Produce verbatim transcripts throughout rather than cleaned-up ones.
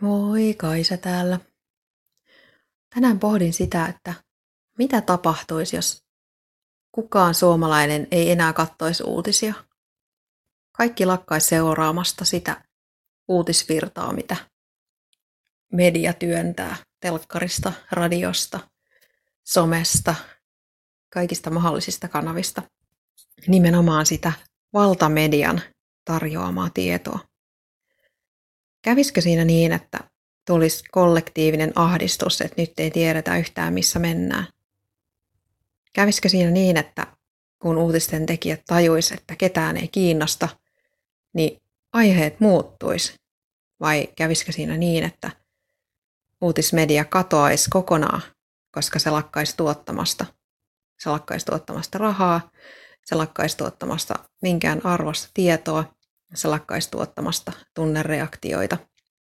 Moi, Kaisa täällä. Tänään pohdin sitä, että mitä tapahtuisi, jos kukaan suomalainen ei enää kattoisi uutisia. Kaikki lakkaisi seuraamasta sitä uutisvirtaa, mitä media työntää telkkarista, radiosta, somesta, kaikista mahdollisista kanavista. Nimenomaan sitä valtamedian tarjoamaa tietoa. Kävisikö siinä niin, että tulisi kollektiivinen ahdistus, että nyt ei tiedetä yhtään missä mennään? Kävisikö siinä niin, että kun uutisten tekijät tajuisi, että ketään ei kiinnosta, niin aiheet muuttuisi? Vai kävisikö siinä niin, että uutismedia katoaisi kokonaan, koska se lakkaisi tuottamasta? Se lakkaisi tuottamasta rahaa, se lakkaisi tuottamasta minkään arvosta tietoa, se lakkaisi tuottamasta tunnereaktioita.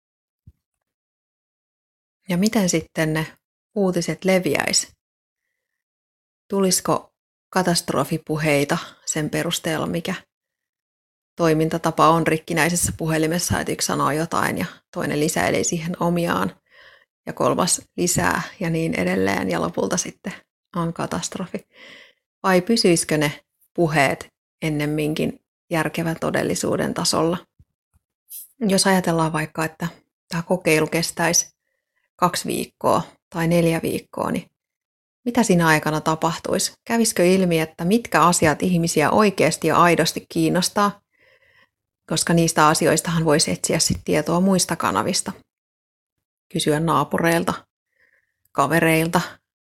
Ja miten sitten ne uutiset leviäisi? Tulisiko katastrofipuheita sen perusteella, mikä toimintatapa on rikkinäisessä puhelimessa, että yksi sanoo jotain ja toinen lisäilee siihen omiaan ja kolmas lisää ja niin edelleen ja lopulta sitten on katastrofi. Vai pysyisikö ne puheet ennemminkin järkevän todellisuuden tasolla? Jos ajatellaan vaikka, että tämä kokeilu kestäisi kaksi viikkoa tai neljä viikkoa, niin mitä siinä aikana tapahtuisi? Kävisikö ilmi, että mitkä asiat ihmisiä oikeasti ja aidosti kiinnostaa? Koska niistä asioistahan voisi etsiä sit tietoa muista kanavista. Kysyä naapureilta, kavereilta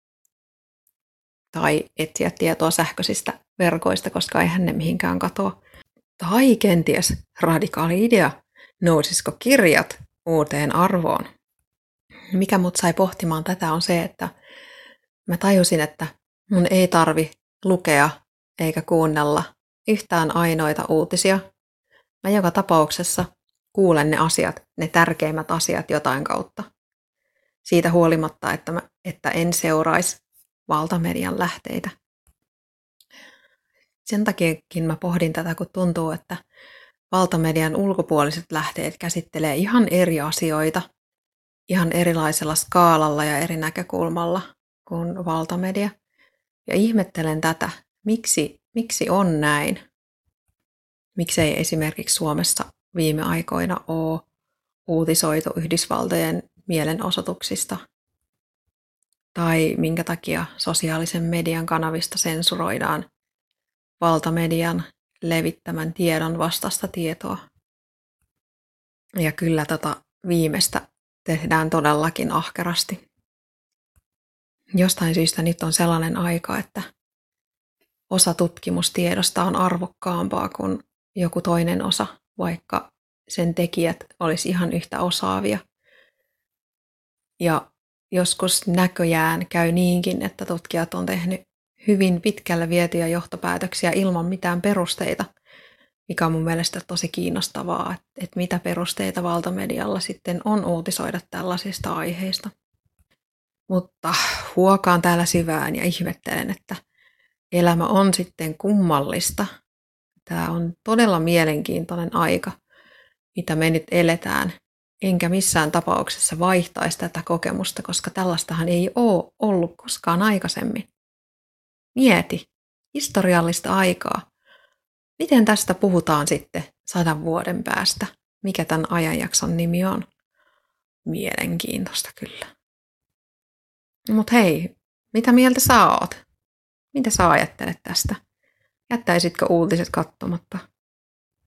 tai etsiä tietoa sähköisistä verkoista, koska eihän ne mihinkään katoa. Tai kenties radikaali idea, nousisiko kirjat uuteen arvoon? Mikä mut sai pohtimaan tätä on se, että mä tajusin, että mun ei tarvi lukea eikä kuunnella yhtään ainoita uutisia. Mä joka tapauksessa kuulen ne asiat, ne tärkeimmät asiat jotain kautta. Siitä huolimatta, että, mä, että en seuraisi valtamedian lähteitä. Sen takiakin mä pohdin tätä, kun tuntuu, että valtamedian ulkopuoliset lähteet käsittelee ihan eri asioita, ihan erilaisella skaalalla ja eri näkökulmalla kuin valtamedia. Ja ihmettelen tätä, miksi, miksi on näin. Miksei esimerkiksi Suomessa viime aikoina ole uutisoitu Yhdysvaltojen mielenosoituksista tai minkä takia sosiaalisen median kanavista sensuroidaan valtamedian levittämän tiedon vastaista tietoa. Ja kyllä tota viimeistä tehdään todellakin ahkerasti. Jostain syystä nyt on sellainen aika, että osa tutkimustiedosta on arvokkaampaa kuin joku toinen osa, vaikka sen tekijät olisi ihan yhtä osaavia. Ja joskus näköjään käy niinkin, että tutkijat on tehnyt hyvin pitkälle vietyjä johtopäätöksiä ilman mitään perusteita, mikä on mun mielestä tosi kiinnostavaa, että mitä perusteita valtamedialla sitten on uutisoida tällaisista aiheista. Mutta huokaan täällä syvään ja ihmettelen, että elämä on sitten kummallista. Tämä on todella mielenkiintoinen aika, mitä me nyt eletään. Enkä missään tapauksessa vaihtaisi tätä kokemusta, koska tällaistahan ei ole ollut koskaan aikaisemmin. Mieti, historiallista aikaa. Miten tästä puhutaan sitten sadan vuoden päästä? Mikä tämän ajanjakson nimi on? Mielenkiintoista kyllä. Mut hei, mitä mieltä sä oot? Mitä sä ajattelet tästä? Jättäisitkö uutiset katsomatta?